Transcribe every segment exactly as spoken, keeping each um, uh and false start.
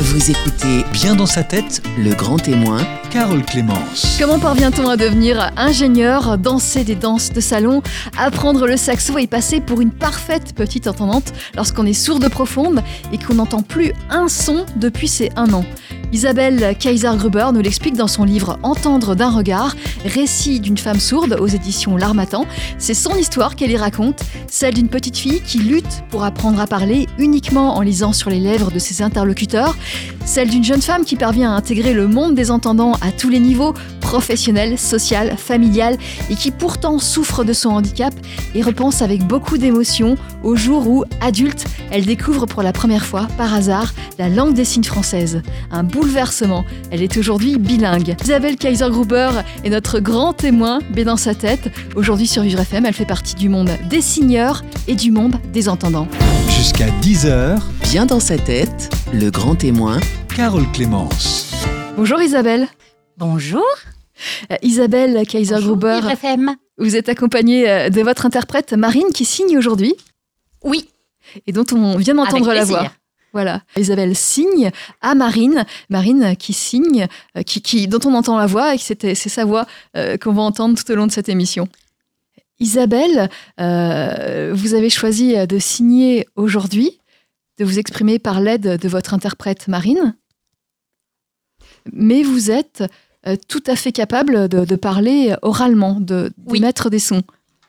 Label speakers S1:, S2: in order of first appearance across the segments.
S1: Vous écoutez Bien dans sa tête, le grand témoin, Carole Clémence.
S2: Comment parvient-on à devenir ingénieur, danser des danses de salon, apprendre le saxo et passer pour une parfaite petite entendante lorsqu'on est sourde profonde et qu'on n'entend plus un son depuis ses un an? Isabelle Kayser-Gruber nous l'explique dans son livre « Entendre d'un regard », récit d'une femme sourde aux éditions L'Harmattan. C'est son histoire qu'elle y raconte, celle d'une petite fille qui lutte pour apprendre à parler uniquement en lisant sur les lèvres de ses interlocuteurs, celle d'une jeune femme qui parvient à intégrer le monde des entendants à tous les niveaux, professionnel, social, familial, et qui pourtant souffre de son handicap et repense avec beaucoup d'émotion au jour où, adulte, elle découvre pour la première fois, par hasard, la langue des signes française. Un bouleversement. Elle est aujourd'hui bilingue. Isabelle Kayser-Gruber est notre grand témoin, B dans sa tête. Aujourd'hui sur Vivre F M, elle fait partie du monde des signeurs et du monde des entendants.
S1: Jusqu'à dix heures, Bien dans sa tête, le grand témoin, Carole Clémence.
S2: Bonjour Isabelle.
S3: Bonjour.
S2: Euh, Isabelle Kayser-Gruber,
S3: Bonjour, Vivre F M.
S2: Vous êtes accompagnée euh, de votre interprète Marine qui signe aujourd'hui.
S3: Oui.
S2: Et dont on vient d'entendre
S3: Avec
S2: la
S3: plaisir.
S2: voix. Voilà, Isabelle signe à Marine, Marine qui signe, euh, qui, qui, dont on entend la voix et que c'était, c'est sa voix euh, qu'on va entendre tout au long de cette émission. Isabelle, euh, vous avez choisi de signer aujourd'hui, de vous exprimer par l'aide de votre interprète Marine, mais vous êtes euh, tout à fait capable de, de parler oralement, de,
S3: Oui.
S2: d'émettre des sons.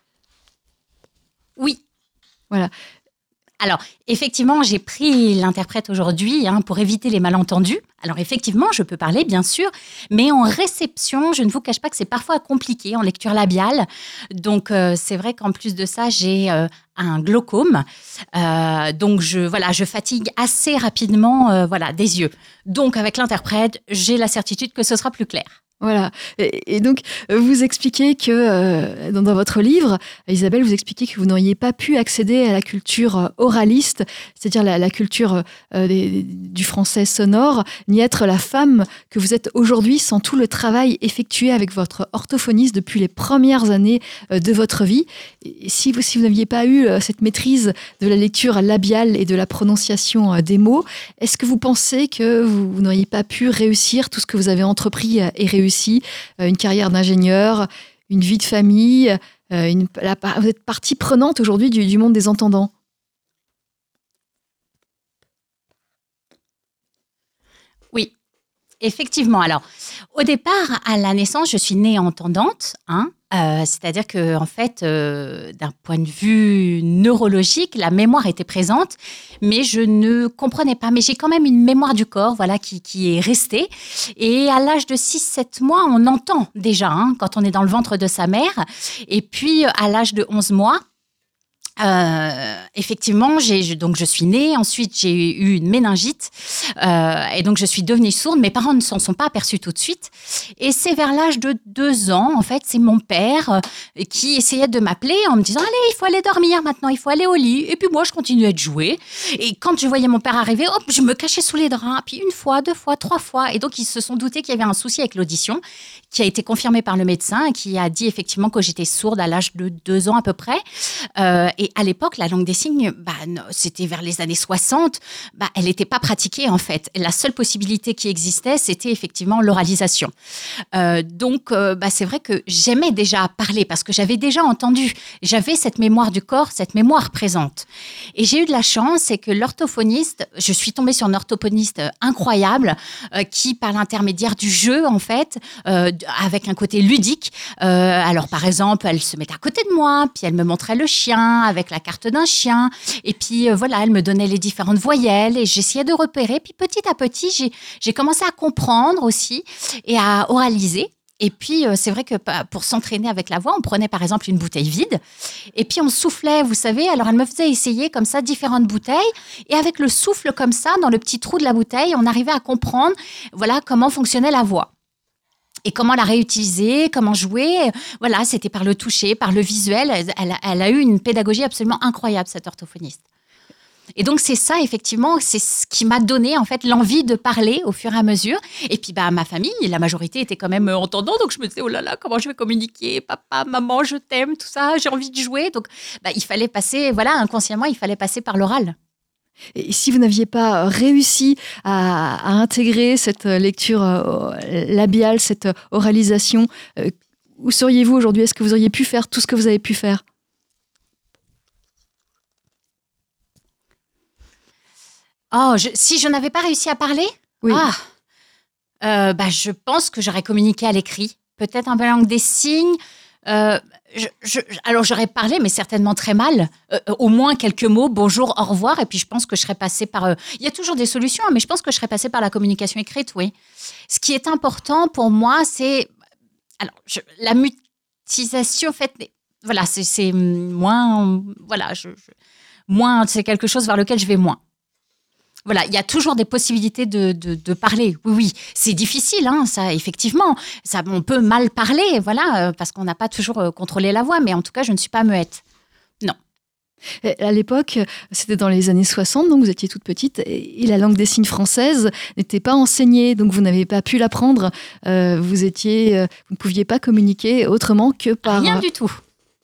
S3: Oui.
S2: Voilà.
S3: Alors, effectivement, j'ai pris l'interprète aujourd'hui hein, pour éviter les malentendus. Alors, effectivement, je peux parler, bien sûr, mais en réception, je ne vous cache pas que c'est parfois compliqué en lecture labiale. Donc, euh, c'est vrai qu'en plus de ça, j'ai euh, un glaucome. Euh, donc, je, voilà, je fatigue assez rapidement euh, voilà, des yeux. Donc, avec l'interprète, j'ai la certitude que ce sera plus clair.
S2: Voilà. Et, et donc, vous expliquez que, euh, dans, dans votre livre, Isabelle, vous expliquez que vous n'auriez pas pu accéder à la culture oraliste, c'est-à-dire la, la culture euh, des, du français sonore, ni être la femme que vous êtes aujourd'hui sans tout le travail effectué avec votre orthophoniste depuis les premières années euh, de votre vie. Et si vous, si vous n'aviez pas eu euh, cette maîtrise de la lecture labiale et de la prononciation euh, des mots, est-ce que vous pensez que vous, vous n'auriez pas pu réussir tout ce que vous avez entrepris euh, et réussi? Une carrière d'ingénieur, une vie de famille, une, la, vous êtes partie prenante aujourd'hui du, du monde des entendants.
S3: Oui, effectivement. Alors, au départ, à la naissance, je suis née entendante, hein, euh, c'est-à-dire que, en fait, euh, d'un point de vue neurologique, la mémoire était présente, mais je ne comprenais pas. Mais j'ai quand même une mémoire du corps, voilà, qui, qui est restée. Et à l'âge de six sept mois, on entend déjà, hein, quand on est dans le ventre de sa mère. Et puis, à l'âge de onze mois, Euh, effectivement, j'ai, je, donc je suis née. Ensuite, j'ai eu une méningite euh, et donc je suis devenue sourde. Mes parents ne s'en sont pas aperçus tout de suite. Et c'est vers l'âge de deux ans, en fait, c'est mon père euh, qui essayait de m'appeler en me disant « Allez, il faut aller dormir maintenant, il faut aller au lit. » Et puis moi, je continuais de jouer. Et quand je voyais mon père arriver, hop, je me cachais sous les draps. Puis une fois, deux fois, trois fois. Et donc, ils se sont doutés qu'il y avait un souci avec l'audition qui a été confirmé par le médecin et qui a dit effectivement que j'étais sourde à l'âge de deux ans à peu près. Euh, et à l'époque, la langue des signes, bah, c'était vers les années soixante, bah, elle n'était pas pratiquée en fait. La seule possibilité qui existait, c'était effectivement l'oralisation. Euh, donc, euh, bah, c'est vrai que j'aimais déjà parler parce que j'avais déjà entendu. J'avais cette mémoire du corps, cette mémoire présente. Et j'ai eu de la chance, c'est que l'orthophoniste, je suis tombée sur une orthophoniste incroyable euh, qui, par l'intermédiaire du jeu, en fait, euh, avec un côté ludique, euh, alors par exemple, elle se mettait à côté de moi, puis elle me montrait le chien avec la carte d'un chien. Et puis euh, voilà, elle me donnait les différentes voyelles et j'essayais de repérer. Puis petit à petit, j'ai, j'ai commencé à comprendre aussi et à oraliser. Et puis, euh, c'est vrai que pour s'entraîner avec la voix, on prenait par exemple une bouteille vide et puis on soufflait, vous savez. Alors, elle me faisait essayer comme ça différentes bouteilles et avec le souffle comme ça, dans le petit trou de la bouteille, on arrivait à comprendre voilà, comment fonctionnait la voix. Et comment la réutiliser, comment jouer. Voilà, c'était par le toucher, par le visuel. Elle, elle, elle a eu une pédagogie absolument incroyable, cette orthophoniste. Et donc, c'est ça, effectivement, c'est ce qui m'a donné, en fait, l'envie de parler au fur et à mesure. Et puis, bah, ma famille, la majorité était quand même entendant. Donc, je me disais, oh là là, comment je vais communiquer? Papa, maman, je t'aime, tout ça, j'ai envie de jouer. Donc, bah, il fallait passer, voilà, inconsciemment, il fallait passer par l'oral.
S2: Et si vous n'aviez pas réussi à, à intégrer cette lecture euh, labiale, cette oralisation, euh, où seriez-vous aujourd'hui? Est-ce que vous auriez pu faire tout ce que vous avez pu faire?
S3: Oh, je, si je n'avais pas réussi à parler?
S2: Oui.
S3: Ah, euh, bah, je pense que j'aurais communiqué à l'écrit. Peut-être un peu langue des signes. Euh, je, je, alors, j'aurais parlé, mais certainement très mal. Euh, au moins quelques mots, bonjour, au revoir. Et puis, je pense que je serais passée par... Euh, il y a toujours des solutions, mais je pense que je serais passée par la communication écrite, oui. Ce qui est important pour moi, c'est... Alors, je, la mutisation, en fait, voilà, c'est, c'est moins... Voilà, je, je, moins, c'est quelque chose vers lequel je vais moins. Voilà, il y a toujours des possibilités de, de, de parler. Oui, oui, c'est difficile, hein, ça, effectivement. Ça, on peut mal parler, voilà, parce qu'on n'a pas toujours contrôlé la voix, mais en tout cas, je ne suis pas muette. Non.
S2: À l'époque, c'était dans les années soixante, donc vous étiez toute petite, et la langue des signes française n'était pas enseignée, donc vous n'avez pas pu l'apprendre. Euh, vous étiez, euh, vous ne pouviez pas communiquer autrement que par...
S3: Rien du tout.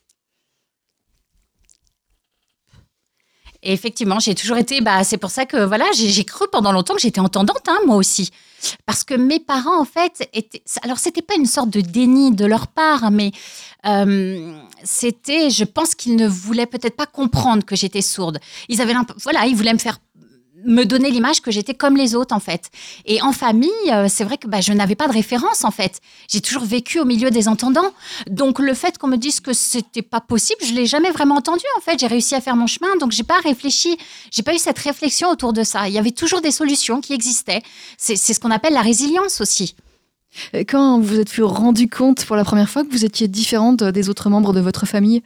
S3: Et effectivement, j'ai toujours été... Bah, c'est pour ça que voilà, j'ai, j'ai cru pendant longtemps que j'étais entendante, hein, moi aussi. Parce que mes parents, en fait, étaient... Alors, c'était pas une sorte de déni de leur part, mais euh, c'était... Je pense qu'ils ne voulaient peut-être pas comprendre que j'étais sourde. Ils avaient l'imp... Voilà, ils voulaient me faire... me donner l'image que j'étais comme les autres, en fait. Et en famille, c'est vrai que bah, je n'avais pas de référence, en fait. J'ai toujours vécu au milieu des entendants. Donc, le fait qu'on me dise que c'était pas possible, je l'ai jamais vraiment entendu, en fait. J'ai réussi à faire mon chemin, donc j'ai pas réfléchi. J'ai pas eu cette réflexion autour de ça. Il y avait toujours des solutions qui existaient. C'est, c'est ce qu'on appelle la résilience aussi.
S2: Quand vous vous êtes rendu compte pour la première fois que vous étiez différente des autres membres de votre famille?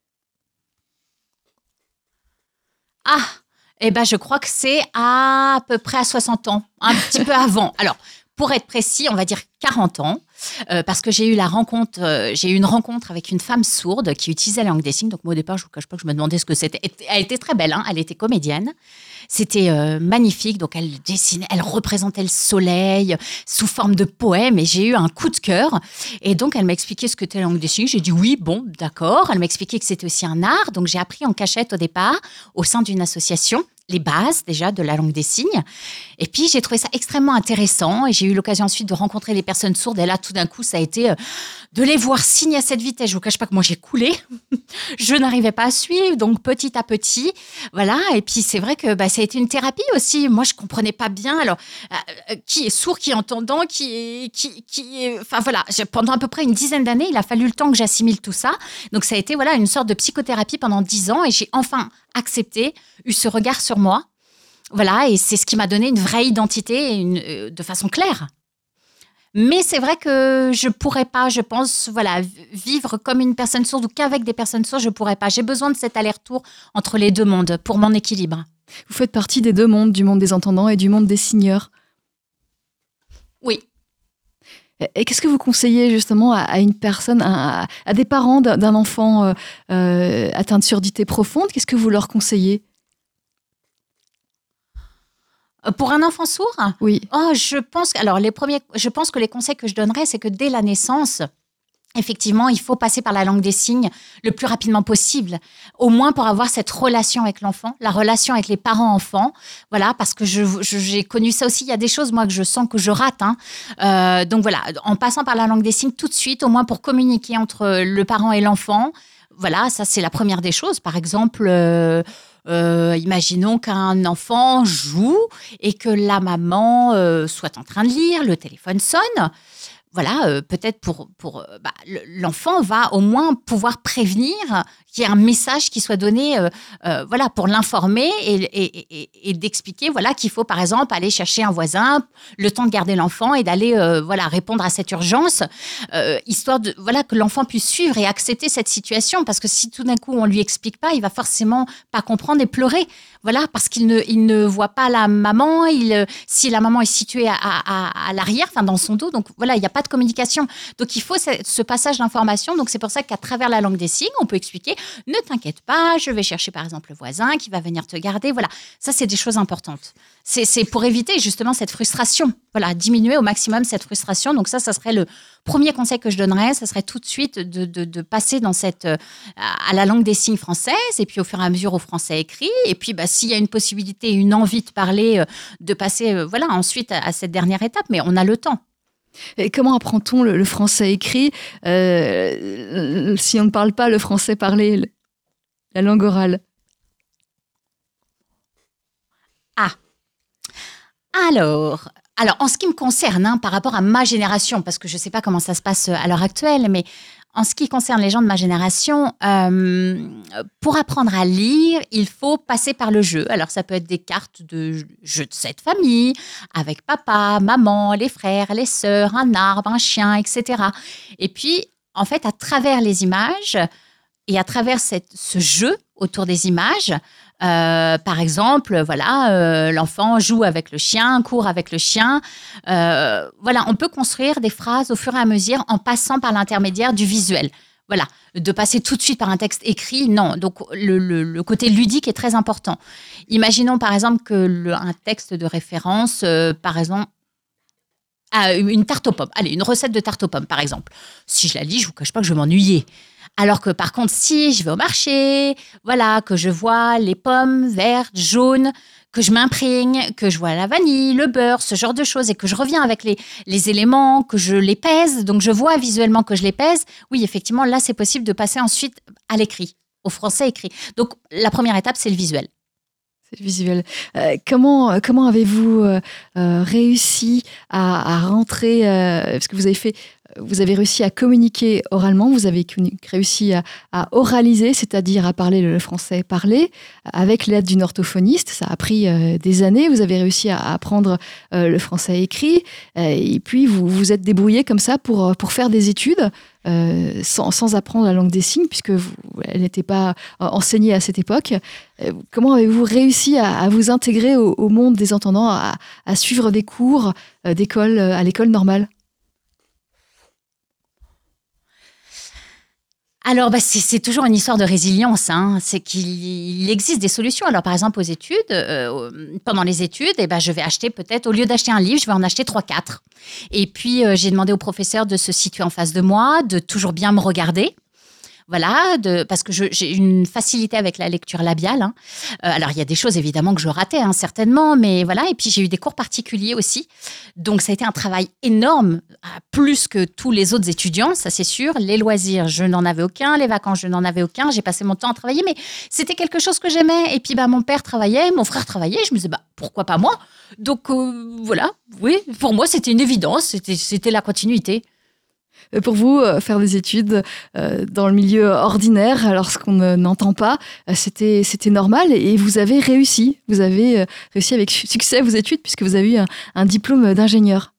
S3: Ah! Eh ben, je crois que c'est à, à peu près à soixante ans, un petit peu avant. Alors, pour être précis, on va dire quarante ans, euh, parce que j'ai eu la rencontre, euh, j'ai eu une rencontre avec une femme sourde qui utilisait la langue des signes. Donc, moi, au départ, je ne vous cache pas que je me demandais ce que c'était. Elle était très belle, hein, elle était comédienne. C'était euh, magnifique. Donc, elle dessinait, elle représentait le soleil sous forme de poème et j'ai eu un coup de cœur. Et donc, elle m'a expliqué ce que c'était la langue des signes. J'ai dit oui, bon, d'accord. Elle m'a expliqué que c'était aussi un art. Donc, j'ai appris en cachette au départ, au sein d'une association, les bases déjà de la langue des signes. Et puis, j'ai trouvé ça extrêmement intéressant et j'ai eu l'occasion ensuite de rencontrer les personnes sourdes. Et là, tout d'un coup, ça a été euh, de les voir signer à cette vitesse. Je ne vous cache pas que moi, j'ai coulé. Je n'arrivais pas à suivre. Donc, petit à petit, voilà. Et puis, c'est vrai que bah, ça a été une thérapie aussi. Moi, je ne comprenais pas bien. Alors, euh, qui est sourd, qui est entendant, qui est... Qui, qui est... Enfin, voilà. Pendant à peu près une dizaine d'années, il a fallu le temps que j'assimile tout ça. Donc, ça a été voilà, une sorte de psychothérapie pendant dix ans. Et j'ai enfin accepté, eu ce regard sur moi. Voilà, et c'est ce qui m'a donné une vraie identité une, euh, de façon claire. Mais c'est vrai que je ne pourrais pas, je pense, voilà, vivre comme une personne sourde ou qu'avec des personnes sourdes, je ne pourrais pas. J'ai besoin de cet aller-retour entre les deux mondes pour mon équilibre.
S2: Vous faites partie des deux mondes, du monde des entendants et du monde des signeurs.
S3: Oui.
S2: Et qu'est-ce que vous conseillez justement à, à une personne, à, à des parents d'un, d'un enfant euh, euh, atteint de surdité profonde? Qu'est-ce que vous leur conseillez?
S3: Pour un enfant sourd?
S2: Oui.
S3: Oh, je pense, alors les premiers, je pense que les conseils que je donnerais, c'est que dès la naissance, effectivement, il faut passer par la langue des signes le plus rapidement possible, au moins pour avoir cette relation avec l'enfant, la relation avec les parents-enfants. Voilà, parce que je, je, j'ai connu ça aussi. Il y a des choses, moi, que je sens que je rate. Hein. Euh, donc voilà, en passant par la langue des signes tout de suite, au moins pour communiquer entre le parent et l'enfant. Voilà, ça, c'est la première des choses. Par exemple... Euh, Euh, imaginons qu'un enfant joue et que la maman euh, soit en train de lire, le téléphone sonne. Voilà, euh, peut-être pour, pour euh, bah, l'enfant va au moins pouvoir prévenir qu'il y ait un message qui soit donné euh, euh, voilà, pour l'informer et, et, et, et d'expliquer voilà, qu'il faut par exemple aller chercher un voisin, le temps de garder l'enfant et d'aller euh, voilà, répondre à cette urgence, euh, histoire de, voilà, que l'enfant puisse suivre et accepter cette situation. Parce que si tout d'un coup on ne lui explique pas, il va forcément pas comprendre et pleurer. Voilà, parce qu'il ne, il ne voit pas la maman. Il, si la maman est située à, à, à l'arrière, enfin dans son dos, donc voilà, il n'y a pas pas de communication. Donc, il faut ce, ce passage d'information. Donc, c'est pour ça qu'à travers la langue des signes, on peut expliquer, ne t'inquiète pas, je vais chercher par exemple le voisin qui va venir te garder. Voilà, ça, c'est des choses importantes. C'est, c'est pour éviter justement cette frustration. Voilà, diminuer au maximum cette frustration. Donc, ça, ça serait le premier conseil que je donnerais. Ça serait tout de suite de, de, de passer dans cette, euh, à la langue des signes française et puis au fur et à mesure au français écrit. Et puis, bah, s'il y a une possibilité, une envie de parler, euh, de passer euh, voilà, ensuite à, à cette dernière étape. Mais on a le temps.
S2: Et comment apprend-on le, le français écrit euh, si on ne parle pas le français parlé, la langue orale?
S3: Ah, alors, alors, en ce qui me concerne, hein, par rapport à ma génération, parce que je ne sais pas comment ça se passe à l'heure actuelle, mais en ce qui concerne les gens de ma génération, euh, pour apprendre à lire, il faut passer par le jeu. Alors, ça peut être des cartes de jeux de cette famille, avec papa, maman, les frères, les sœurs, un arbre, un chien, et cetera. Et puis, en fait, à travers les images et à travers cette, ce jeu autour des images, Euh, par exemple, voilà, euh, l'enfant joue avec le chien, court avec le chien. Euh, voilà, on peut construire des phrases au fur et à mesure en passant par l'intermédiaire du visuel. Voilà, de passer tout de suite par un texte écrit, non. Donc, le, le, le côté ludique est très important. Imaginons, par exemple, que le, un texte de référence, euh, par exemple, ah, une tarte aux pommes. Allez, une recette de tarte aux pommes, par exemple. Si je la lis, je ne vous cache pas que je vais m'ennuyer. Alors que par contre, si je vais au marché, voilà, que je vois les pommes vertes, jaunes, que je m'imprègne, que je vois la vanille, le beurre, ce genre de choses, et que je reviens avec les, les éléments, que je les pèse, donc je vois visuellement que je les pèse, oui, effectivement, là, c'est possible de passer ensuite à l'écrit, au français écrit. Donc, la première étape, c'est le visuel.
S2: C'est le visuel. Euh, comment, comment avez-vous euh, euh, réussi à, à rentrer, euh, parce que vous avez fait... Vous avez réussi à communiquer oralement, vous avez réussi à, à oraliser, c'est-à-dire à parler le français parlé, avec l'aide d'une orthophoniste. Ça a pris euh, des années. Vous avez réussi à apprendre euh, le français écrit. Euh, et puis, vous vous êtes débrouillé comme ça pour, pour faire des études euh, sans, sans apprendre la langue des signes, puisque vous, elle n'était pas enseignée à cette époque. Euh, comment avez-vous réussi à, à vous intégrer au, au monde des entendants, à, à suivre des cours euh, d'école, à l'école normale ?
S3: Alors, bah, c'est, c'est toujours une histoire de résilience. Hein. C'est qu'il existe des solutions. Alors, par exemple, aux études, euh, pendant les études, eh ben, je vais acheter peut-être, au lieu d'acheter un livre, je vais en acheter trois, quatre. Et puis, euh, j'ai demandé au professeur de se situer en face de moi, de toujours bien me regarder. Voilà, de, parce que je, j'ai une facilité avec la lecture labiale. Hein. Euh, alors, il y a des choses, évidemment, que je ratais, hein, certainement, mais voilà. Et puis, j'ai eu des cours particuliers aussi. Donc, ça a été un travail énorme, plus que tous les autres étudiants, ça c'est sûr. Les loisirs, je n'en avais aucun. Les vacances, je n'en avais aucun. J'ai passé mon temps à travailler, mais c'était quelque chose que j'aimais. Et puis, bah, mon père travaillait, mon frère travaillait. Je me disais, bah, pourquoi pas moi ? Donc, euh, voilà, oui, pour moi, c'était une évidence. C'était, c'était la continuité.
S2: Pour vous, faire des études euh, dans le milieu ordinaire, lorsqu'on ne, n'entend pas, c'était, c'était normal et vous avez réussi. Vous avez euh, réussi avec succès vos études puisque vous avez eu un, un diplôme d'ingénieur.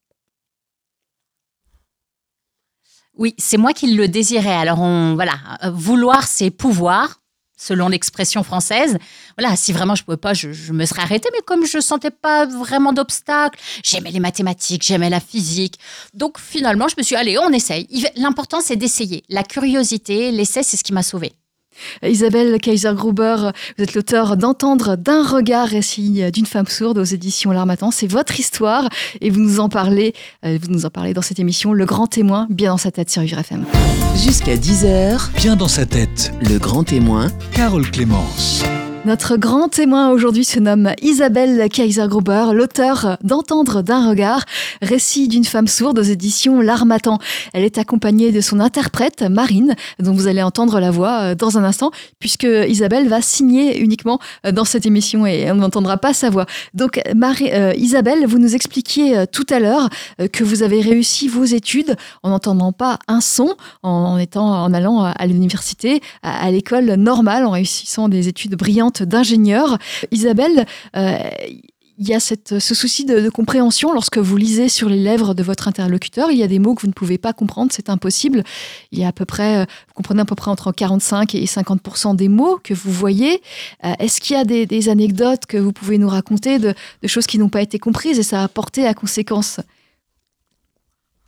S3: Oui, c'est moi qui le désirais. Alors, on, voilà, vouloir, c'est pouvoir, selon l'expression française. Voilà, si vraiment je ne pouvais pas, je, je me serais arrêtée. Mais comme je ne sentais pas vraiment d'obstacle, j'aimais les mathématiques, j'aimais la physique. Donc, finalement, je me suis dit, allez, on essaye. L'important, c'est d'essayer. La curiosité, l'essai, c'est ce qui m'a sauvée.
S2: Isabelle Kayser-Gruber, vous êtes l'auteure d'Entendre d'un regard, récit d'une femme sourde aux éditions L'Harmattan. C'est votre histoire et vous nous en parlez, vous nous en parlez dans cette émission Le Grand Témoin, bien dans sa tête sur Vivre F M.
S1: Jusqu'à dix heures, bien dans sa tête. Le Grand Témoin, Carole Clémence.
S2: Notre grand témoin aujourd'hui se nomme Isabelle Kayser-Gruber, l'auteure d'Entendre d'un regard, récit d'une femme sourde aux éditions L'Harmattan. Elle est accompagnée de son interprète, Marine, dont vous allez entendre la voix dans un instant, puisque Isabelle va signer uniquement dans cette émission et on n'entendra pas sa voix. Donc, Marie, euh, Isabelle, vous nous expliquiez tout à l'heure que vous avez réussi vos études en n'entendant pas un son, en, étant, en allant à l'université, à, à l'école normale, en réussissant des études brillantes d'ingénieur. Isabelle, euh, il y a cette, ce souci de, de compréhension lorsque vous lisez sur les lèvres de votre interlocuteur. Il y a des mots que vous ne pouvez pas comprendre, c'est impossible. Il y a à peu près, vous comprenez à peu près entre quarante-cinq et cinquante pour cent des mots que vous voyez. Euh, est-ce qu'il y a des, des anecdotes que vous pouvez nous raconter de, de choses qui n'ont pas été comprises et ça a porté à conséquence ?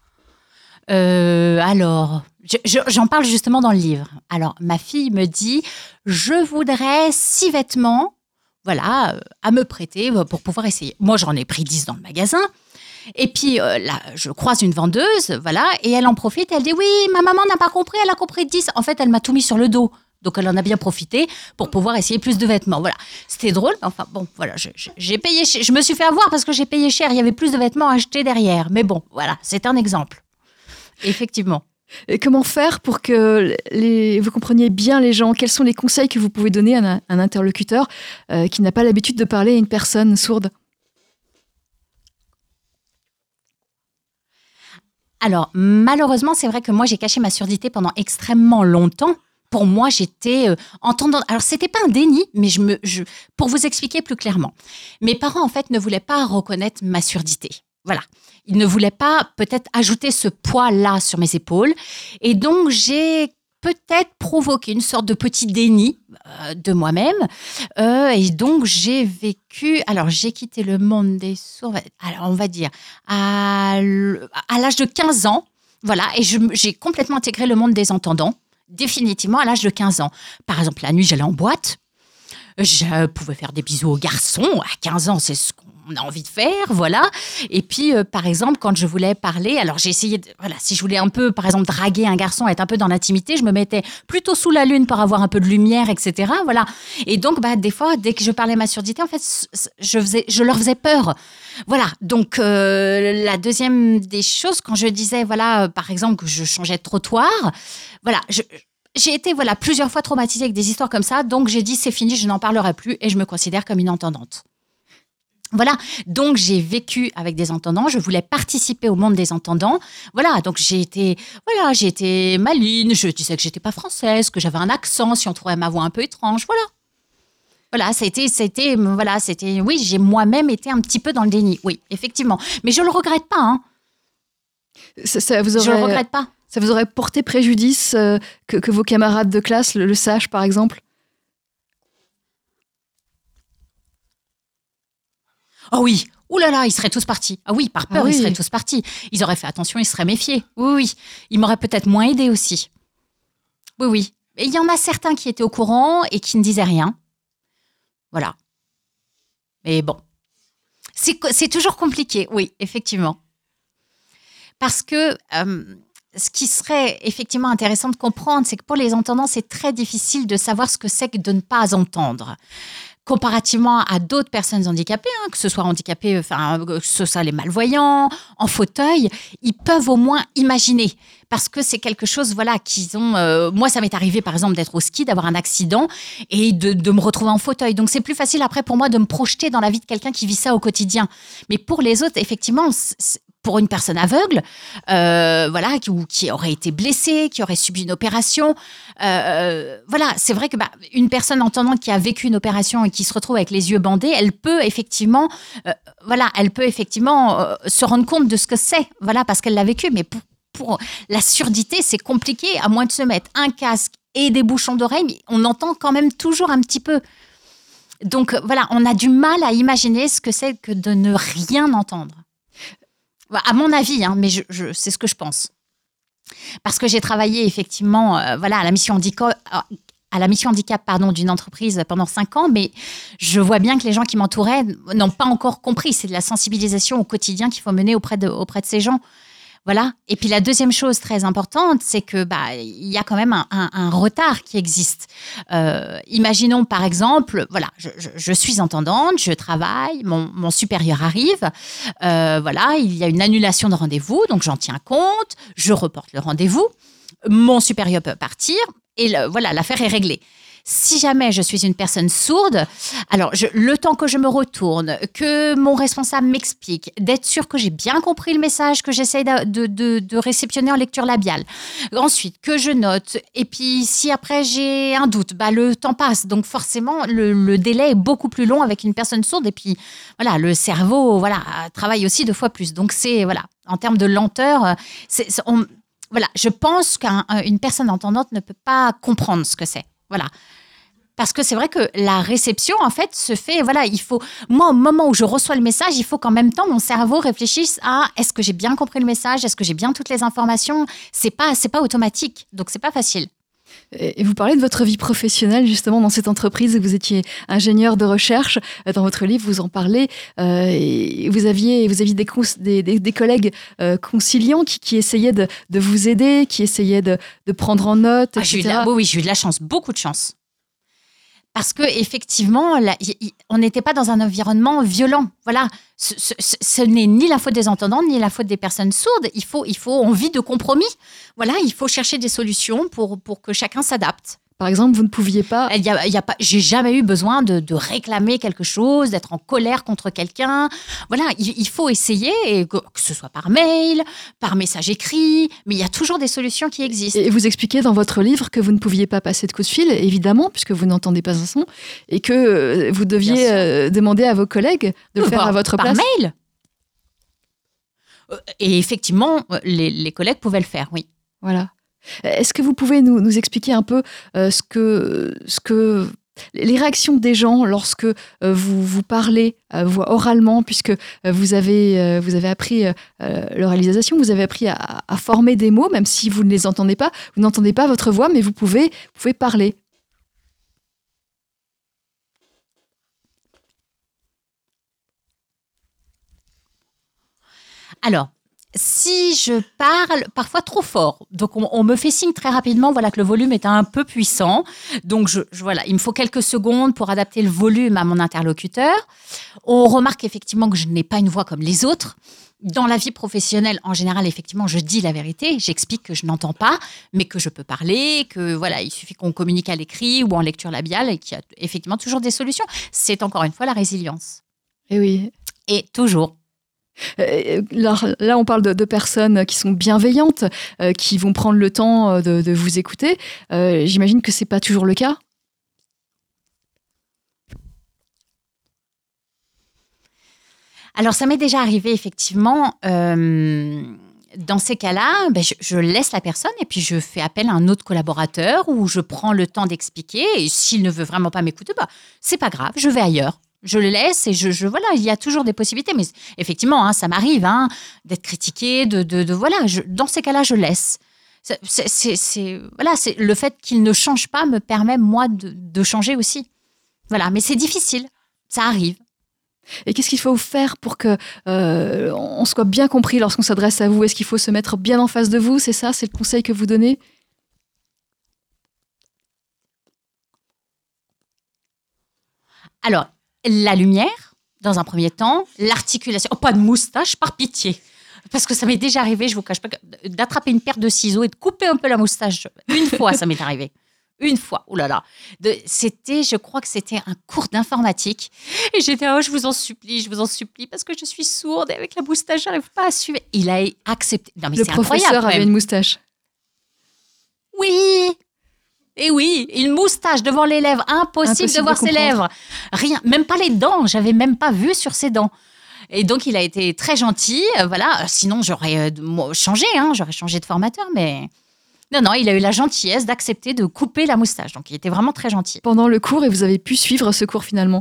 S3: Euh, alors, je, je, j'en parle justement dans le livre. Alors, ma fille me dit, je voudrais six vêtements, voilà, à me prêter pour pouvoir essayer. Moi, j'en ai pris dix dans le magasin. Et puis, euh, là, je croise une vendeuse, voilà, et elle en profite. Elle dit, oui, ma maman n'a pas compris, elle a compris dix. En fait, elle m'a tout mis sur le dos. Donc, elle en a bien profité pour pouvoir essayer plus de vêtements. Voilà, c'était drôle. Enfin, bon, voilà, je, je, j'ai payé cher. Je me suis fait avoir parce que j'ai payé cher. Il y avait plus de vêtements à acheter derrière. Mais bon, voilà, c'est un exemple. Effectivement.
S2: Et comment faire pour que les, vous compreniez bien les gens? Quels sont les conseils que vous pouvez donner à un, un interlocuteur euh, qui n'a pas l'habitude de parler à une personne sourde?
S3: Alors, malheureusement, c'est vrai que moi, j'ai caché ma surdité pendant extrêmement longtemps. Pour moi, j'étais euh, entendante. Alors, c'était pas un déni, mais je me, je, pour vous expliquer plus clairement, mes parents, en fait, ne voulaient pas reconnaître ma surdité. Voilà. Ils ne voulaient pas peut-être ajouter ce poids-là sur mes épaules. Et donc, j'ai peut-être provoqué une sorte de petit déni euh, de moi-même. Euh, et donc, j'ai vécu... Alors, j'ai quitté le monde des sourds, alors on va dire, à, à l'âge de quinze ans. Voilà. Et je, j'ai complètement intégré le monde des entendants. Définitivement à l'âge de quinze ans. Par exemple, la nuit, j'allais en boîte. Je pouvais faire des bisous aux garçons. À quinze ans, c'est ce qu'on a envie de faire, voilà. Et puis, euh, par exemple, quand je voulais parler, alors j'ai essayé, de, voilà, si je voulais un peu, par exemple, draguer un garçon, être un peu dans l'intimité, je me mettais plutôt sous la lune pour avoir un peu de lumière, et cetera. Voilà. Et donc, bah, des fois, dès que je parlais ma surdité, en fait, je, faisais, je leur faisais peur. Voilà. Donc, euh, la deuxième des choses, quand je disais, voilà, euh, par exemple, que je changeais de trottoir, voilà, je... J'ai été voilà, plusieurs fois traumatisée avec des histoires comme ça, donc j'ai dit c'est fini, je n'en parlerai plus et je me considère comme une entendante. Voilà, donc j'ai vécu avec des entendants, je voulais participer au monde des entendants. Voilà, donc j'ai été, voilà, j'ai été maligne, je disais que j'étais pas française, que j'avais un accent, si on trouvait ma voix un peu étrange, voilà. Voilà, c'était, c'était, voilà, c'était, oui, j'ai moi-même été un petit peu dans le déni, oui, effectivement. Mais je le regrette pas, hein.
S2: Ça, ça vous aurait...
S3: Je le regrette pas.
S2: Ça vous aurait porté préjudice euh, que, que vos camarades de classe le, le sachent, par exemple?
S3: Oh oui, ouh là là, ils seraient tous partis. Ah oui, par peur, ah oui. Ils seraient tous partis. Ils auraient fait attention, ils seraient méfiés. Oui, oui, ils m'auraient peut-être moins aidé aussi. Oui, oui. Et il y en a certains qui étaient au courant et qui ne disaient rien. Voilà. Mais bon, c'est, c'est toujours compliqué, oui, effectivement. Parce que... Euh, ce qui serait effectivement intéressant de comprendre, c'est que pour les entendants, c'est très difficile de savoir ce que c'est que de ne pas entendre. Comparativement à d'autres personnes handicapées, hein, que ce soit handicapés, enfin, que ce soit les malvoyants, en fauteuil, ils peuvent au moins imaginer. Parce que c'est quelque chose, voilà, qu'ils ont... Euh, moi, ça m'est arrivé, par exemple, d'être au ski, d'avoir un accident et de, de me retrouver en fauteuil. Donc, c'est plus facile après pour moi de me projeter dans la vie de quelqu'un qui vit ça au quotidien. Mais pour les autres, effectivement... C'est, pour une personne aveugle, euh, voilà, qui, qui aurait été blessée, qui aurait subi une opération, euh, voilà, c'est vrai que bah, une personne entendante qui a vécu une opération et qui se retrouve avec les yeux bandés, elle peut effectivement, euh, voilà, elle peut effectivement euh, se rendre compte de ce que c'est, voilà, parce qu'elle l'a vécu. Mais pour, pour la surdité, c'est compliqué, à moins de se mettre un casque et des bouchons d'oreille, on entend quand même toujours un petit peu. Donc voilà, on a du mal à imaginer ce que c'est que de ne rien entendre. À mon avis, hein, mais je, je, c'est ce que je pense. Parce que j'ai travaillé effectivement euh, voilà, à la mission handicap, à la mission handicap pardon, d'une entreprise pendant cinq ans, mais je vois bien que les gens qui m'entouraient n'ont pas encore compris. C'est de la sensibilisation au quotidien qu'il faut mener auprès de, auprès de ces gens. Voilà. Et puis la deuxième chose très importante, c'est que bah il y a quand même un, un, un retard qui existe. Euh, imaginons par exemple, voilà, je, je, je suis entendante, je travaille, mon, mon supérieur arrive, euh, voilà, il y a une annulation de rendez-vous, donc j'en tiens compte, je reporte le rendez-vous, mon supérieur peut partir et le, voilà, l'affaire est réglée. Si jamais je suis une personne sourde, alors je, le temps que je me retourne, que mon responsable m'explique, d'être sûr que j'ai bien compris le message que j'essaie de, de, de, de réceptionner en lecture labiale. Ensuite, que je note. Et puis, si après j'ai un doute, bah, le temps passe. Donc forcément, le, le délai est beaucoup plus long avec une personne sourde. Et puis, voilà, le cerveau voilà, travaille aussi deux fois plus. Donc c'est, voilà, en termes de lenteur, c'est, c'est, on, voilà, je pense qu'une personne entendante ne peut pas comprendre ce que c'est. Voilà. Parce que c'est vrai que la réception, en fait, se fait, voilà, il faut, moi, au moment où je reçois le message, il faut qu'en même temps, mon cerveau réfléchisse à est-ce que j'ai bien compris le message, est-ce que j'ai bien toutes les informations. C'est pas, c'est pas automatique, donc c'est pas facile.
S2: Et vous parlez de votre vie professionnelle, justement, dans cette entreprise où vous étiez ingénieur de recherche. Dans votre livre, vous en parlez. Euh, et vous aviez, vous aviez des, des, des, des collègues euh, conciliants qui, qui essayaient de, de vous aider, qui essayaient de, de prendre en note,
S3: ah,
S2: et cetera.
S3: J'ai eu de la, oui, oui, j'ai eu de la chance, beaucoup de chance. Parce que effectivement, là, y, y, on n'était pas dans un environnement violent. Voilà, ce, ce, ce n'est ni la faute des entendants ni la faute des personnes sourdes. Il faut, il faut, on vit de compromis. Voilà, il faut chercher des solutions pour pour que chacun s'adapte.
S2: Par exemple, vous ne pouviez pas...
S3: Il y a, il y a pas j'ai jamais eu besoin de, de réclamer quelque chose, d'être en colère contre quelqu'un. Voilà, il, il faut essayer, et que, que ce soit par mail, par message écrit, mais il y a toujours des solutions qui existent.
S2: Et vous expliquez dans votre livre que vous ne pouviez pas passer de coup de fil, évidemment, puisque vous n'entendez pas un son, et que vous deviez euh, demander à vos collègues de le faire
S3: par,
S2: à votre
S3: par
S2: place.
S3: Par mail. Et effectivement, les, les collègues pouvaient le faire, oui.
S2: Voilà. Est-ce que vous pouvez nous, nous expliquer un peu euh, ce que, ce que, les réactions des gens lorsque euh, vous, vous parlez euh, vous, oralement, puisque euh, vous, avez, euh, vous avez appris euh, l'oralisation, vous avez appris à, à former des mots, même si vous ne les entendez pas, vous n'entendez pas votre voix, mais vous pouvez, vous pouvez parler.
S3: Alors, si je parle parfois trop fort, donc on, on me fait signe très rapidement, voilà, que le volume est un peu puissant. Donc je, je, voilà, il me faut quelques secondes pour adapter le volume à mon interlocuteur. On remarque effectivement que je n'ai pas une voix comme les autres. Dans la vie professionnelle, en général, effectivement, je dis la vérité. J'explique que je n'entends pas, mais que je peux parler, que voilà, il suffit qu'on communique à l'écrit ou en lecture labiale et qu'il y a effectivement toujours des solutions. C'est encore une fois la résilience.
S2: Et oui.
S3: Et toujours.
S2: Euh, là, là, on parle de, de personnes qui sont bienveillantes, euh, qui vont prendre le temps de, de vous écouter. Euh, j'imagine que c'est pas toujours le cas.
S3: Alors, ça m'est déjà arrivé, effectivement. Euh, dans ces cas-là, ben, je, je laisse la personne et puis je fais appel à un autre collaborateur ou je prends le temps d'expliquer. Et s'il ne veut vraiment pas m'écouter, bah, c'est pas grave, je vais ailleurs. Je le laisse et je, je voilà, il y a toujours des possibilités. Mais effectivement, hein, ça m'arrive hein, d'être critiqué, de, de, de voilà. Je, dans ces cas-là, je laisse. C'est, c'est, c'est, c'est, voilà, c'est le fait qu'il ne change pas me permet moi de, de changer aussi. Voilà, mais c'est difficile, ça arrive.
S2: Et qu'est-ce qu'il faut faire pour que euh, on soit bien compris lorsqu'on s'adresse à vous? Est-ce qu'il faut se mettre bien en face de vous? C'est ça, c'est le conseil que vous donnez?
S3: Alors. La lumière, dans un premier temps, l'articulation. Oh, pas de moustache, par pitié. Parce que ça m'est déjà arrivé, je ne vous cache pas, d'attraper une paire de ciseaux et de couper un peu la moustache. Une fois, ça m'est arrivé. Une fois. Oh là là. De, c'était, je crois que c'était un cours d'informatique. Et j'étais, oh, je vous en supplie, je vous en supplie, parce que je suis sourde et avec la moustache, je n'arrive pas à suivre. Il a accepté. Non, mais
S2: le
S3: c'est incroyable.
S2: Le professeur avait une moustache.
S3: Oui. Et oui, une moustache devant les lèvres, impossible, impossible de voir de ses lèvres. Rien, même pas les dents, j'avais même pas vu sur ses dents. Et donc, il a été très gentil, euh, voilà. Sinon, j'aurais euh, changé, hein, j'aurais changé de formateur, mais... Non, non, il a eu la gentillesse d'accepter de couper la moustache. Donc, il était vraiment très gentil.
S2: Pendant le cours, et vous avez pu suivre ce cours finalement?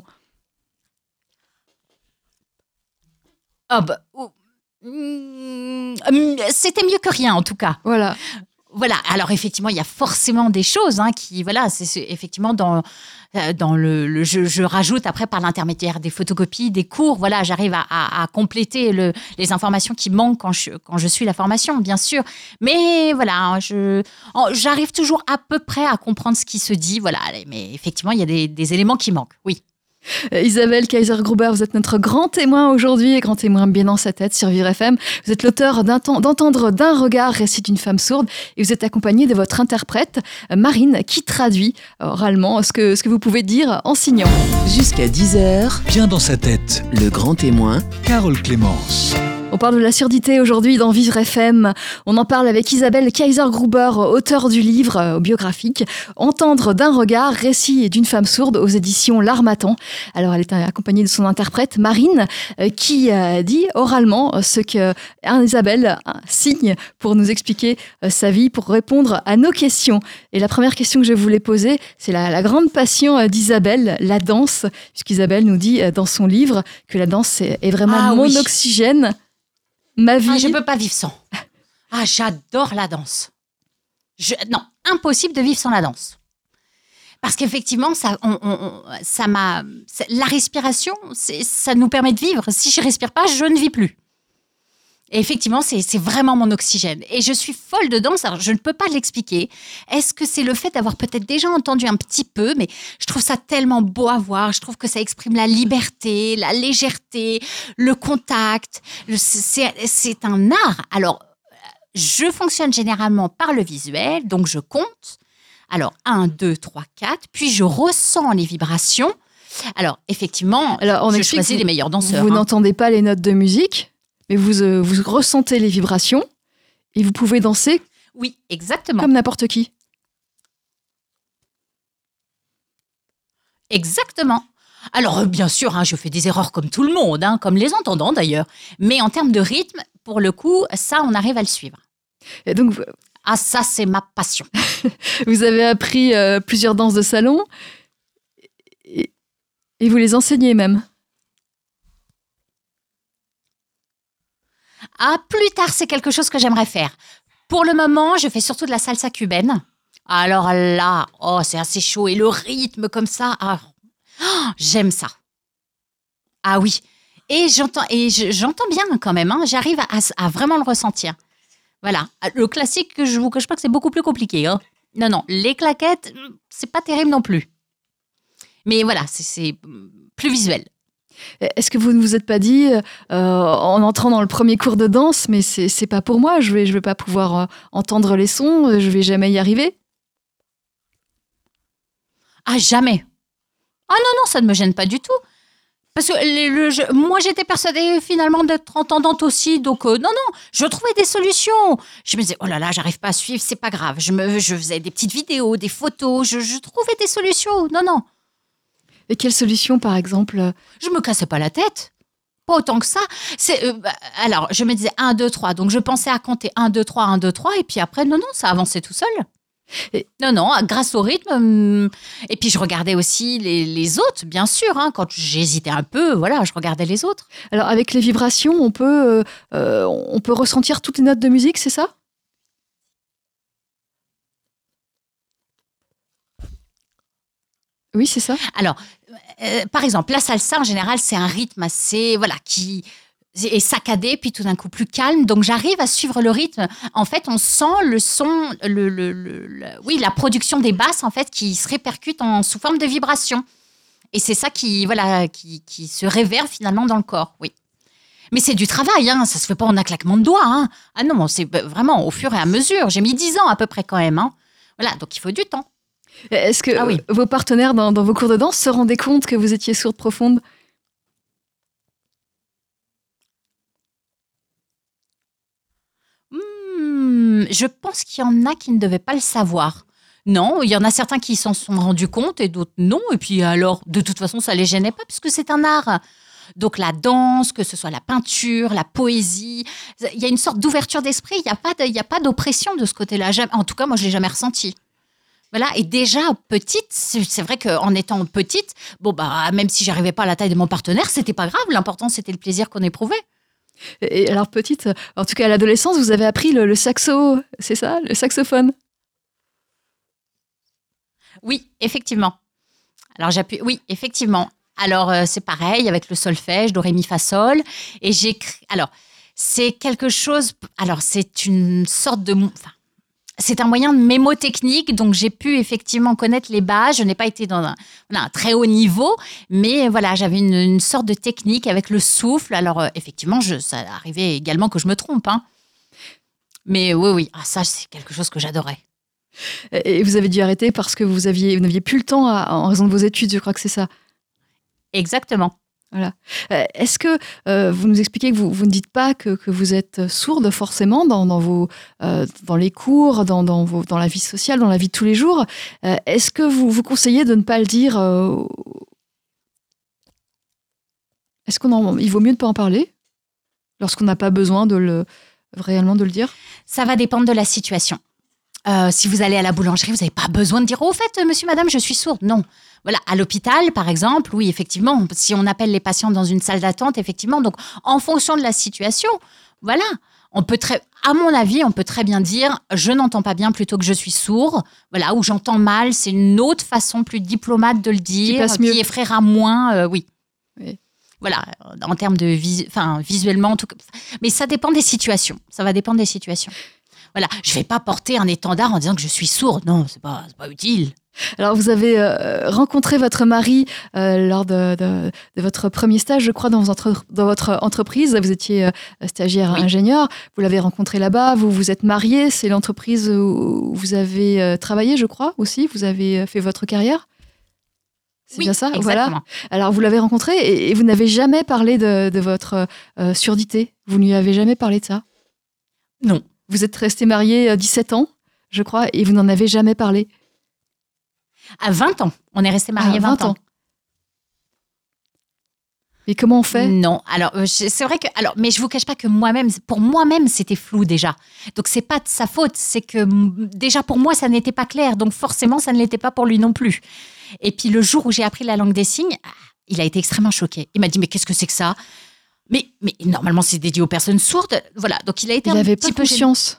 S3: Ah bah... Oh, mm, c'était mieux que rien, en tout cas.
S2: Voilà.
S3: Voilà, alors effectivement, il y a forcément des choses hein, qui, voilà, c'est, c'est effectivement dans, euh, dans le, le je, je rajoute après par l'intermédiaire des photocopies, des cours, voilà, j'arrive à, à, à compléter le, les informations qui manquent quand je, quand je suis la formation, bien sûr. Mais voilà, je, j'arrive toujours à peu près à comprendre ce qui se dit, voilà, mais effectivement, il y a des, des éléments qui manquent, oui.
S2: Isabelle Kaiser-Gruber, vous êtes notre grand témoin aujourd'hui, et grand témoin bien dans sa tête sur Vivre F M. Vous êtes l'auteur d'un temps, d'Entendre d'un regard, récit d'une femme sourde, et vous êtes accompagnée de votre interprète, Marine, qui traduit oralement ce que, ce que vous pouvez dire en signant.
S1: Jusqu'à dix heures, bien dans sa tête, le grand témoin, Carole Clémence.
S2: On parle de la surdité aujourd'hui dans Vivre F M. On en parle avec Isabelle Kaiser-Gruber, auteure du livre euh, biographique « Entendre d'un regard, récit d'une femme sourde » aux éditions L'Harmattan. Alors, elle est accompagnée de son interprète, Marine, euh, qui euh, dit oralement ce que Isabelle signe pour nous expliquer euh, sa vie, pour répondre à nos questions. Et la première question que je voulais poser, c'est la, la grande passion euh, d'Isabelle, la danse, puisqu'Isabelle nous dit euh, dans son livre que la danse est, est vraiment
S3: Ah,
S2: mon
S3: oui.
S2: oxygène. Ma vie.
S3: Ah, je ne peux pas vivre sans. Ah, j'adore la danse. Je, non, impossible de vivre sans la danse. Parce qu'effectivement, ça, on, on, ça m'a, la respiration, c'est, ça nous permet de vivre. Si je ne respire pas, je ne vis plus. Et effectivement, c'est, c'est vraiment mon oxygène. Et je suis folle de danse, alors je ne peux pas l'expliquer. Est-ce que c'est le fait d'avoir peut-être déjà entendu un petit peu, mais je trouve ça tellement beau à voir. Je trouve que ça exprime la liberté, la légèreté, le contact. C'est, c'est un art. Alors, je fonctionne généralement par le visuel, donc je compte. Alors, un, deux, trois, quatre, puis je ressens les vibrations. Alors, effectivement,
S2: Alors, on
S3: je
S2: explique,
S3: choisis les meilleurs danseurs.
S2: Vous
S3: hein.
S2: n'entendez pas les notes de musique, mais vous, euh, vous ressentez les vibrations et vous pouvez danser
S3: Oui, exactement.
S2: comme n'importe qui.
S3: Exactement. Alors, euh, bien sûr, hein, je fais des erreurs comme tout le monde, hein, comme les entendants d'ailleurs. Mais en termes de rythme, pour le coup, ça, on arrive à le suivre.
S2: Et donc, vous-
S3: Ah, ça, c'est ma passion.
S2: vous avez appris euh, plusieurs danses de salon et, et vous les enseignez même.
S3: Ah, plus tard, c'est quelque chose que j'aimerais faire. Pour le moment, je fais surtout de la salsa cubaine. Alors là, oh, c'est assez chaud. Et le rythme comme ça, ah, oh, j'aime ça. Ah oui. Et j'entends, et je- j'entends bien quand même. hein. J'arrive à, à vraiment le ressentir. Voilà. Le classique, je vous cache pas que c'est beaucoup plus compliqué. hein. Non, non. Les claquettes, c'est pas terrible non plus. Mais voilà, c'est, c'est plus visuel.
S2: Est-ce que vous ne vous êtes pas dit, euh, en entrant dans le premier cours de danse, mais c'est, c'est pas pour moi, je vais, je vais pas pouvoir euh, entendre les sons, euh, je vais jamais y arriver?
S3: Ah, jamais. Ah non, non, ça ne me gêne pas du tout. Parce que les- le, je- moi, j'étais persuadée finalement d'être entendante aussi. Donc, euh, non, non, je trouvais des solutions. Je me disais, oh là là, j'arrive pas à suivre, c'est pas grave. Je, me, je faisais des petites vidéos, des photos, je, je trouvais des solutions. Non, non,
S2: Et quelle solution, par exemple? euh,
S3: je me cassais pas la tête. Pas autant que ça. C'est, euh, bah, alors, je me disais un, deux, trois. Donc, je pensais à compter un, deux, trois, un, deux, trois. Et puis après, non, non, ça avançait tout seul.
S2: Et-
S3: Non, non, grâce au rythme. hum, Et puis, je regardais aussi les, les autres, bien sûr. hein. Quand j'hésitais un peu, voilà, je regardais les autres.
S2: Alors, avec les vibrations, on peut, euh, euh, on peut ressentir toutes les notes de musique, c'est ça? Oui, c'est ça.
S3: Alors, euh, par exemple, la salsa, en général, c'est un rythme assez, voilà, qui est saccadé, puis tout d'un coup plus calme. Donc, j'arrive à suivre le rythme. En fait, on sent le son, le, le- le- le- oui, la production des basses, en fait, qui se répercute en, sous forme de vibration. Et c'est ça qui, voilà, qui, qui se réverbe finalement dans le corps, oui. Mais c'est du travail, hein, ça se fait pas en un claquement de doigts. Hein. Ah non, c'est vraiment au fur et à mesure. J'ai mis dix ans à peu près quand même. Hein. Voilà, donc il faut du temps.
S2: Est-ce que
S3: Ah oui.
S2: euh, vos partenaires dans, dans vos cours de danse se rendaient compte que vous étiez sourde profonde?
S3: Hmm, je pense qu'il y en a qui ne devaient pas le savoir. Non, il y en a certains qui s'en sont rendus compte et d'autres non. Et puis alors, de toute façon, ça les gênait pas puisque c'est un art. Donc la danse, que ce soit la peinture, la poésie, il y a une sorte d'ouverture d'esprit. Il n'y a pas de- il y a pas d'oppression de ce côté-là. Jamais- En tout cas, moi, je l'ai jamais ressenti. Voilà. Et déjà petite, c'est c'est vrai qu'en étant petite, bon bah même si j'arrivais pas à la taille de mon partenaire, c'était pas grave. L'important c'était le plaisir qu'on éprouvait.
S2: Et alors, petite, en tout cas à l'adolescence, vous avez appris le, le saxo, c'est ça, le saxophone?
S3: Oui, effectivement. Alors j'appuie. Oui, effectivement. Alors euh, c'est pareil avec le solfège, do ré mi fa sol, et j'écris. Alors c'est quelque chose. Alors c'est une sorte de. Enfin, c'est un moyen de mémotechnique, donc j'ai pu effectivement connaître les bases. Je n'ai pas été dans un, voilà, un très haut niveau, mais voilà, j'avais une, une sorte de technique avec le souffle. Alors euh, effectivement, je, ça arrivait également que je me trompe, hein. Mais oui, oui, ah, ça c'est quelque chose que j'adorais.
S2: Et vous avez dû arrêter parce que vous aviez, vous n'aviez plus le temps à- en raison de vos études, je crois que c'est ça.
S3: Exactement.
S2: Voilà. Euh, est-ce que euh, vous nous expliquez que vous, vous ne dites pas que, que vous êtes sourde forcément dans, dans, vos, euh, dans les cours, dans, dans, vos, dans la vie sociale, dans la vie de tous les jours. Euh, est-ce que vous vous conseillez de ne pas le dire euh, Est-ce qu'on en, il vaut mieux ne pas en parler lorsqu'on n'a pas besoin de le, réellement de le dire?
S3: Ça va dépendre de la situation. Euh, si vous allez à la boulangerie, vous n'avez pas besoin de dire « Au fait, monsieur, madame, je suis sourde ». Non. Voilà, à l'hôpital, par exemple, oui, effectivement, si on appelle les patients dans une salle d'attente, effectivement, donc en fonction de la situation, voilà, on peut très, à mon avis, on peut très bien dire « Je n'entends pas bien » plutôt que « Je suis sourd ». Voilà, ou « J'entends mal », c'est une autre façon plus diplomate de le dire, qui, qui effraiera moins, euh, oui. oui. Voilà, en termes de, visu- enfin, visuellement, en tout cas. Mais ça dépend des situations, ça va dépendre des situations. Voilà, je ne vais pas porter un étendard en disant que je suis sourde. Non, ce n'est pas, c'est pas utile.
S2: Alors, vous avez euh, rencontré votre mari euh, lors de, de, de votre premier stage, je crois, dans votre, dans votre entreprise. Vous étiez euh, stagiaire oui. ingénieur. Vous l'avez rencontré là-bas. Vous vous êtes marié. C'est l'entreprise où vous avez euh, travaillé, je crois, aussi. Vous avez fait votre carrière. C'est
S3: oui,
S2: bien ça,
S3: exactement.
S2: Voilà. Alors, vous l'avez rencontré et, et vous n'avez jamais parlé de, de votre euh, surdité. Vous ne lui avez jamais parlé de ça?
S3: Non.
S2: Vous êtes resté marié dix-sept ans, je crois, et vous n'en avez jamais parlé.
S3: À vingt ans. On est resté mariés vingt, vingt ans. ans.
S2: Et comment on fait?
S3: Non, alors c'est vrai que, alors, mais je vous cache pas que moi-même, pour moi-même, c'était flou déjà. Donc c'est pas de sa faute, c'est que déjà pour moi ça n'était pas clair, donc forcément ça ne l'était pas pour lui non plus. Et puis le jour où j'ai appris la langue des signes, il a été extrêmement choqué. Il m'a dit mais qu'est-ce que c'est que ça? Mais, mais normalement, c'est dédié aux personnes sourdes. Voilà, donc il a été
S2: il
S3: un
S2: avait
S3: petit
S2: pas
S3: peu
S2: conscience.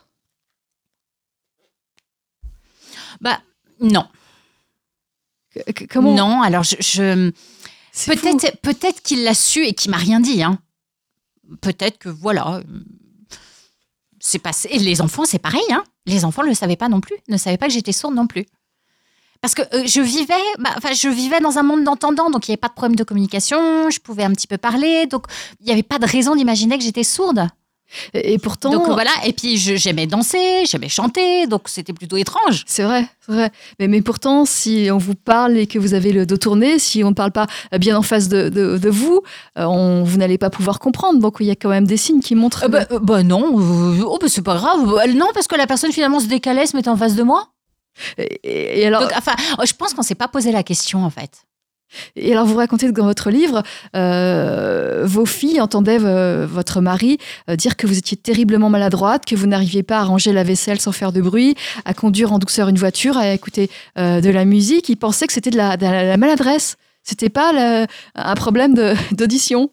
S3: Bah non.
S2: C- comment?
S3: Non, alors je, je... peut-être, peut-être qu'il l'a su et qu'il m'a rien dit. Hein. Peut-être que voilà, c'est passé. Et les enfants, c'est pareil. Hein. Les enfants ne le savaient pas non plus, ne savaient pas que j'étais sourde non plus. Parce que euh, je vivais, bah, enfin, je vivais dans un monde d'entendants, donc il n'y avait pas de problème de communication, je pouvais un petit peu parler, donc il n'y avait pas de raison d'imaginer que j'étais sourde.
S2: Et, et pourtant...
S3: Donc voilà, et puis je, j'aimais danser, j'aimais chanter, donc c'était plutôt étrange.
S2: C'est vrai, c'est vrai. Mais, mais pourtant, si on vous parle et que vous avez le dos tourné, si on ne parle pas bien en face de, de, de vous, on, vous n'allez pas pouvoir comprendre. Donc il y a quand même des signes qui montrent...
S3: Euh, bah, euh, bah non, euh, oh, bah, c'est pas grave. Non, parce que la personne finalement se décalait, se mettait en face de moi.
S2: Et, et alors,
S3: donc, enfin, je pense qu'on ne s'est pas posé la question, en fait.
S2: Et alors, vous racontez dans votre livre, euh, vos filles entendaient euh, votre mari euh, dire que vous étiez terriblement maladroite, que vous n'arriviez pas à ranger la vaisselle sans faire de bruit, à conduire en douceur une voiture, à écouter euh, de la musique. Ils pensaient que c'était de la, de la maladresse. C'était pas le, un problème de, d'audition.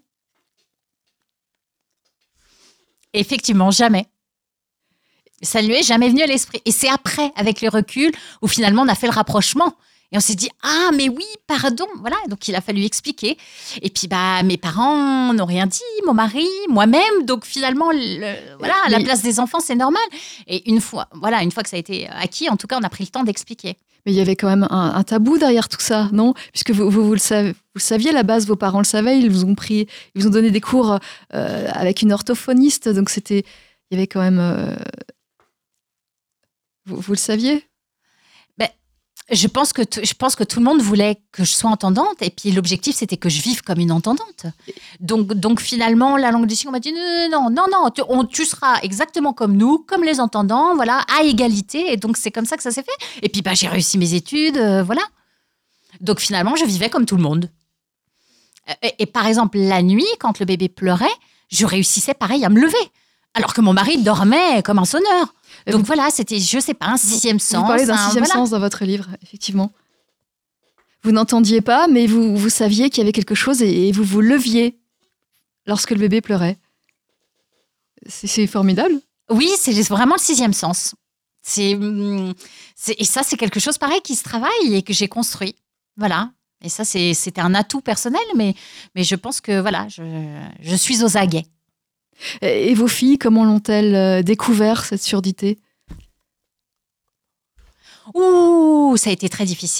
S3: Effectivement, jamais. Ça ne lui est jamais venu à l'esprit. Et c'est après, avec le recul, où finalement on a fait le rapprochement. Et on s'est dit, ah, mais oui, pardon. Voilà, donc il a fallu expliquer. Et puis, bah, mes parents n'ont rien dit, mon mari, moi-même. Donc finalement, le, voilà, à la mais... place des enfants, c'est normal. Et une fois, voilà, une fois que ça a été acquis, en tout cas, on a pris le temps d'expliquer.
S2: Mais il y avait quand même un, un tabou derrière tout ça, non? Puisque vous, vous, vous, le savez, vous le saviez à la base, vos parents le savaient, ils vous ont pris, ils vous ont donné des cours euh, avec une orthophoniste. Donc c'était, il y avait quand même... Euh, Vous, vous le saviez?
S3: Ben, je pense que t- je pense que tout le monde voulait que je sois entendante, et puis l'objectif c'était que je vive comme une entendante. Donc donc finalement la langue des signes, on m'a dit non non non non, tu, on, tu seras exactement comme nous, comme les entendants, voilà, à égalité. Et donc c'est comme ça que ça s'est fait. Et puis bah j'ai réussi mes études, euh, voilà. Donc finalement je vivais comme tout le monde. Et, et par exemple la nuit, quand le bébé pleurait, je réussissais pareil à me lever, alors que mon mari dormait comme un sonneur. Donc vous, voilà, c'était, je sais pas, un sixième
S2: vous,
S3: sens.
S2: Vous parlez d'un
S3: un,
S2: sixième
S3: voilà.
S2: sens dans votre livre, effectivement. Vous n'entendiez pas, mais vous, vous saviez qu'il y avait quelque chose et, et vous vous leviez lorsque le bébé pleurait. C'est, c'est formidable.
S3: Oui, c'est vraiment le sixième sens. C'est, c'est, et ça, c'est quelque chose pareil qui se travaille et que j'ai construit. Voilà. Et ça, c'est, c'était un atout personnel, mais, mais je pense que voilà, je, je suis aux aguets.
S2: Et vos filles, comment l'ont-elles découvert, cette surdité?
S3: Ouh, ça a été très difficile.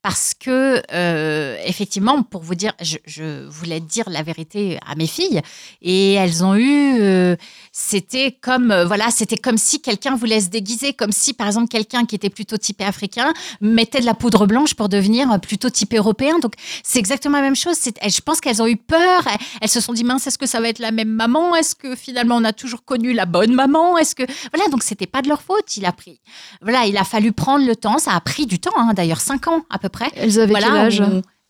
S3: parce que, euh, effectivement, pour vous dire, je, je voulais dire la vérité à mes filles et elles ont eu, euh, c'était comme, euh, voilà, c'était comme si quelqu'un voulait se déguiser, comme si, par exemple, quelqu'un qui était plutôt typé africain mettait de la poudre blanche pour devenir plutôt typé européen. Donc, c'est exactement la même chose. C'est, je pense qu'elles ont eu peur. Elles, elles se sont dit, mince, est-ce que ça va être la même maman? Est-ce que finalement, on a toujours connu la bonne maman? Est-ce que, voilà, donc c'était pas de leur faute. Il a pris, voilà, il a fallu prendre le temps. Ça a pris du temps, hein, d'ailleurs, cinq ans à peu près.
S2: Elles avaient
S3: Voilà,
S2: quel âge?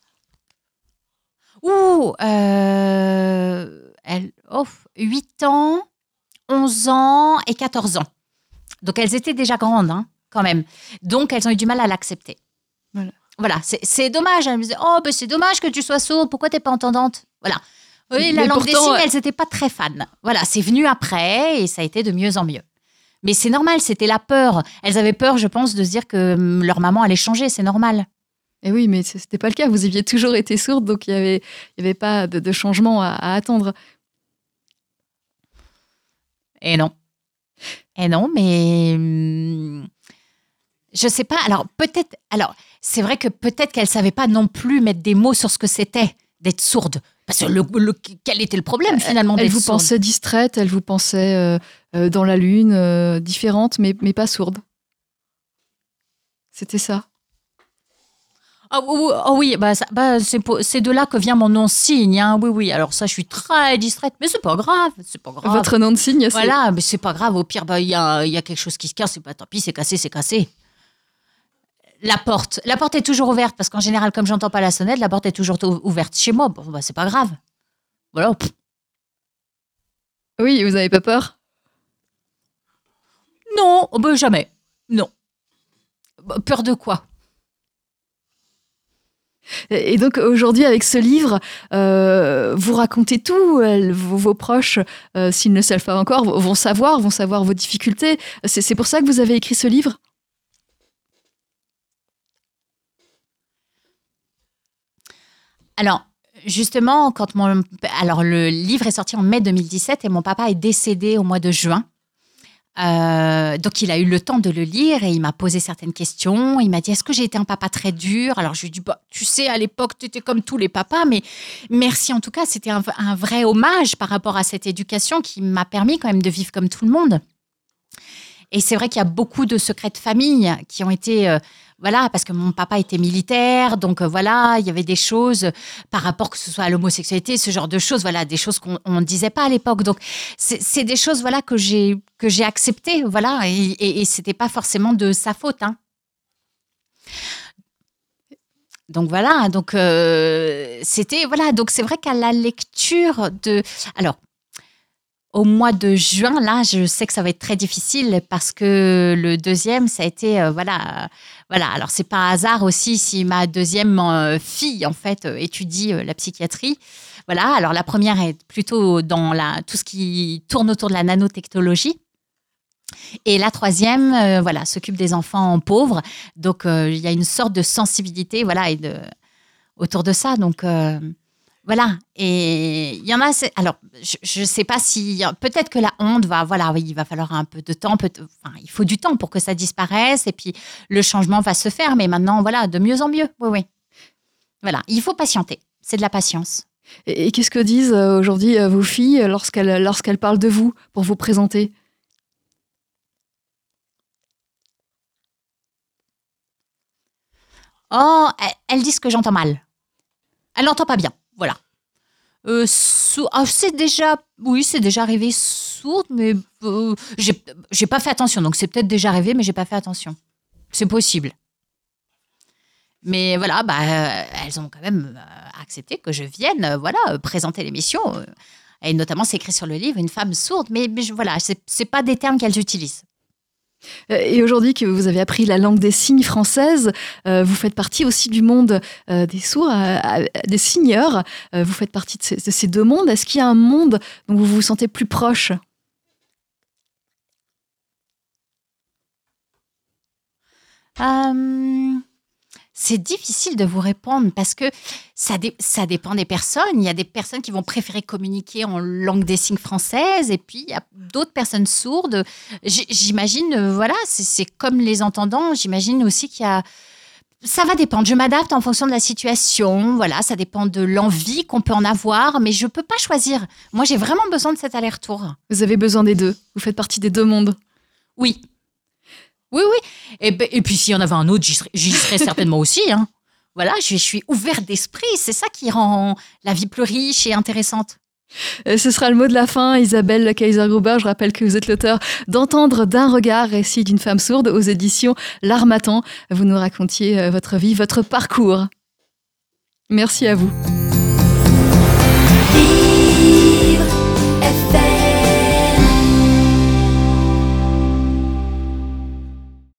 S3: Ouh, euh, elle, oh, huit ans, onze ans et quatorze ans. Donc, elles étaient déjà grandes, hein, quand même. Donc, elles ont eu du mal à l'accepter.
S2: Voilà,
S3: voilà c'est, c'est dommage. Elles me disaient, oh, ben, c'est dommage que tu sois sourde, pourquoi tu n'es pas entendante? Voilà. Oui, la
S2: Mais
S3: langue des
S2: pourtant,
S3: signes, elles n'étaient pas très fans. Voilà, c'est venu après et ça a été de mieux en mieux. Mais c'est normal, c'était la peur. Elles avaient peur, je pense, de se dire que hum, leur maman allait changer, c'est normal.
S2: Et oui, mais ce n'était pas le cas. Vous aviez toujours été sourde, donc il n'y avait, il y avait pas de, de changement à, à attendre.
S3: Et non. Et non, mais hum, je sais pas. Alors, peut-être. Alors, c'est vrai que peut-être qu'elle ne savait pas non plus mettre des mots sur ce que c'était d'être sourde. Parce que le, le, quel était le problème, finalement,
S2: Elle
S3: d'être
S2: vous
S3: sourde?
S2: pensait distraite, elle vous pensait euh, euh, dans la lune, euh, différente, mais, mais pas sourde. C'était ça.
S3: Oh, oh, oh oui, bah, ça, bah, c'est, c'est de là que vient mon nom signe. Hein. Oui, oui. Alors ça, je suis très distraite, mais c'est pas grave, c'est pas grave.
S2: Votre nom de signe, c'est...
S3: Voilà, mais c'est pas grave. Au pire, bah, il y a, y a quelque chose qui se casse, c'est pas tant pis, c'est cassé, c'est cassé. La porte, la porte est toujours ouverte parce qu'en général, comme j'entends pas la sonnette, la porte est toujours ouverte chez moi. Bon, bah, c'est pas grave. Voilà.
S2: Oui, vous n'avez pas peur?
S3: Non, oh, bah, jamais. Non. Bah, peur de quoi?
S2: Et donc aujourd'hui, avec ce livre, euh, vous racontez tout. Elle, vos, vos proches, euh, s'ils ne le savent pas encore, vont savoir, vont savoir vos difficultés. C'est, c'est pour ça que vous avez écrit ce livre?
S3: Alors, justement, quand mon, alors le livre est sorti en mai deux mille dix-sept et mon papa est décédé au mois de juin. Euh, donc, il a eu le temps de le lire et il m'a posé certaines questions. Il m'a dit, est-ce que j'ai été un papa très dur? Alors, je lui ai dit, bah, tu sais, à l'époque, tu étais comme tous les papas, mais merci en tout cas. C'était un, un vrai hommage par rapport à cette éducation qui m'a permis quand même de vivre comme tout le monde. Et c'est vrai qu'il y a beaucoup de secrets de famille qui ont été... Euh, voilà, parce que mon papa était militaire, donc euh, voilà, il y avait des choses par rapport que ce soit à l'homosexualité, ce genre de choses, voilà, des choses qu'on ne disait pas à l'époque. Donc, c'est, c'est des choses, voilà, que j'ai, que j'ai acceptées, voilà, et, et, et ce n'était pas forcément de sa faute, hein. Donc voilà, donc euh, c'était, voilà, donc c'est vrai qu'à la lecture de... Alors, au mois de juin, là, je sais que ça va être très difficile parce que le deuxième, ça a été, euh, voilà, euh, voilà. Alors, c'est pas hasard aussi si ma deuxième euh, fille, en fait, euh, étudie euh, la psychiatrie. Voilà. Alors, la première est plutôt dans la, tout ce qui tourne autour de la nanotechnologie. Et la troisième, euh, voilà, s'occupe des enfants pauvres. Donc, euh, il y a une sorte de sensibilité, voilà, et de, autour de ça. Donc, euh, voilà, et il y en a, c'est, alors je ne sais pas si, peut-être que la honte va, voilà, oui, il va falloir un peu de temps, peut, enfin, il faut du temps pour que ça disparaisse et puis le changement va se faire, mais maintenant, voilà, de mieux en mieux, oui, oui. Voilà, il faut patienter, c'est de la patience.
S2: Et, et qu'est-ce que disent euh, aujourd'hui euh, vos filles lorsqu'elles, lorsqu'elles parlent de vous pour vous présenter?
S3: Oh, elles disent que j'entends mal. Elles n'entendent pas bien. Voilà. Euh, sou- ah, c'est déjà, oui, c'est déjà arrivé sourde, mais euh, j'ai, j'ai pas fait attention. Donc c'est peut-être déjà arrivé, mais j'ai pas fait attention. C'est possible. Mais voilà, bah, euh, elles ont quand même euh, accepté que je vienne, euh, voilà, euh, présenter l'émission. Euh, et notamment, c'est écrit sur le livre, une femme sourde. Mais, mais je, voilà, c'est, c'est pas des termes qu'elles utilisent.
S2: Et aujourd'hui que vous avez appris la langue des signes française, euh, vous faites partie aussi du monde euh, des sourds, euh, euh, des signeurs. Euh, vous faites partie de ces, de ces deux mondes. Est-ce qu'il y a un monde dont vous vous sentez plus proche?
S3: Euh, c'est difficile de vous répondre parce que ça, dé- ça dépend des personnes. Il y a des personnes qui vont préférer communiquer en langue des signes française et puis il y a d'autres personnes sourdes. J- j'imagine, euh, voilà, c'est, c'est comme les entendants. J'imagine aussi qu'il y a Ça va dépendre. Je m'adapte en fonction de la situation. Voilà, ça dépend de l'envie qu'on peut en avoir, mais je peux pas choisir. Moi, j'ai vraiment besoin de cet aller-retour.
S2: Vous avez besoin des deux. Vous faites partie des deux mondes.
S3: Oui. Oui, oui. Et, et puis, s'il y en avait un autre, j'y serais, j'y serais certainement aussi. Hein. Voilà, je, je suis ouverte d'esprit. C'est ça qui rend la vie plus riche et intéressante.
S2: Ce sera le mot de la fin. Isabelle Kayser-Gruber, je rappelle que vous êtes l'auteur d'Entendre d'un regard, récit d'une femme sourde aux éditions L'Harmattan. Vous nous racontiez votre vie, votre parcours. Merci à vous.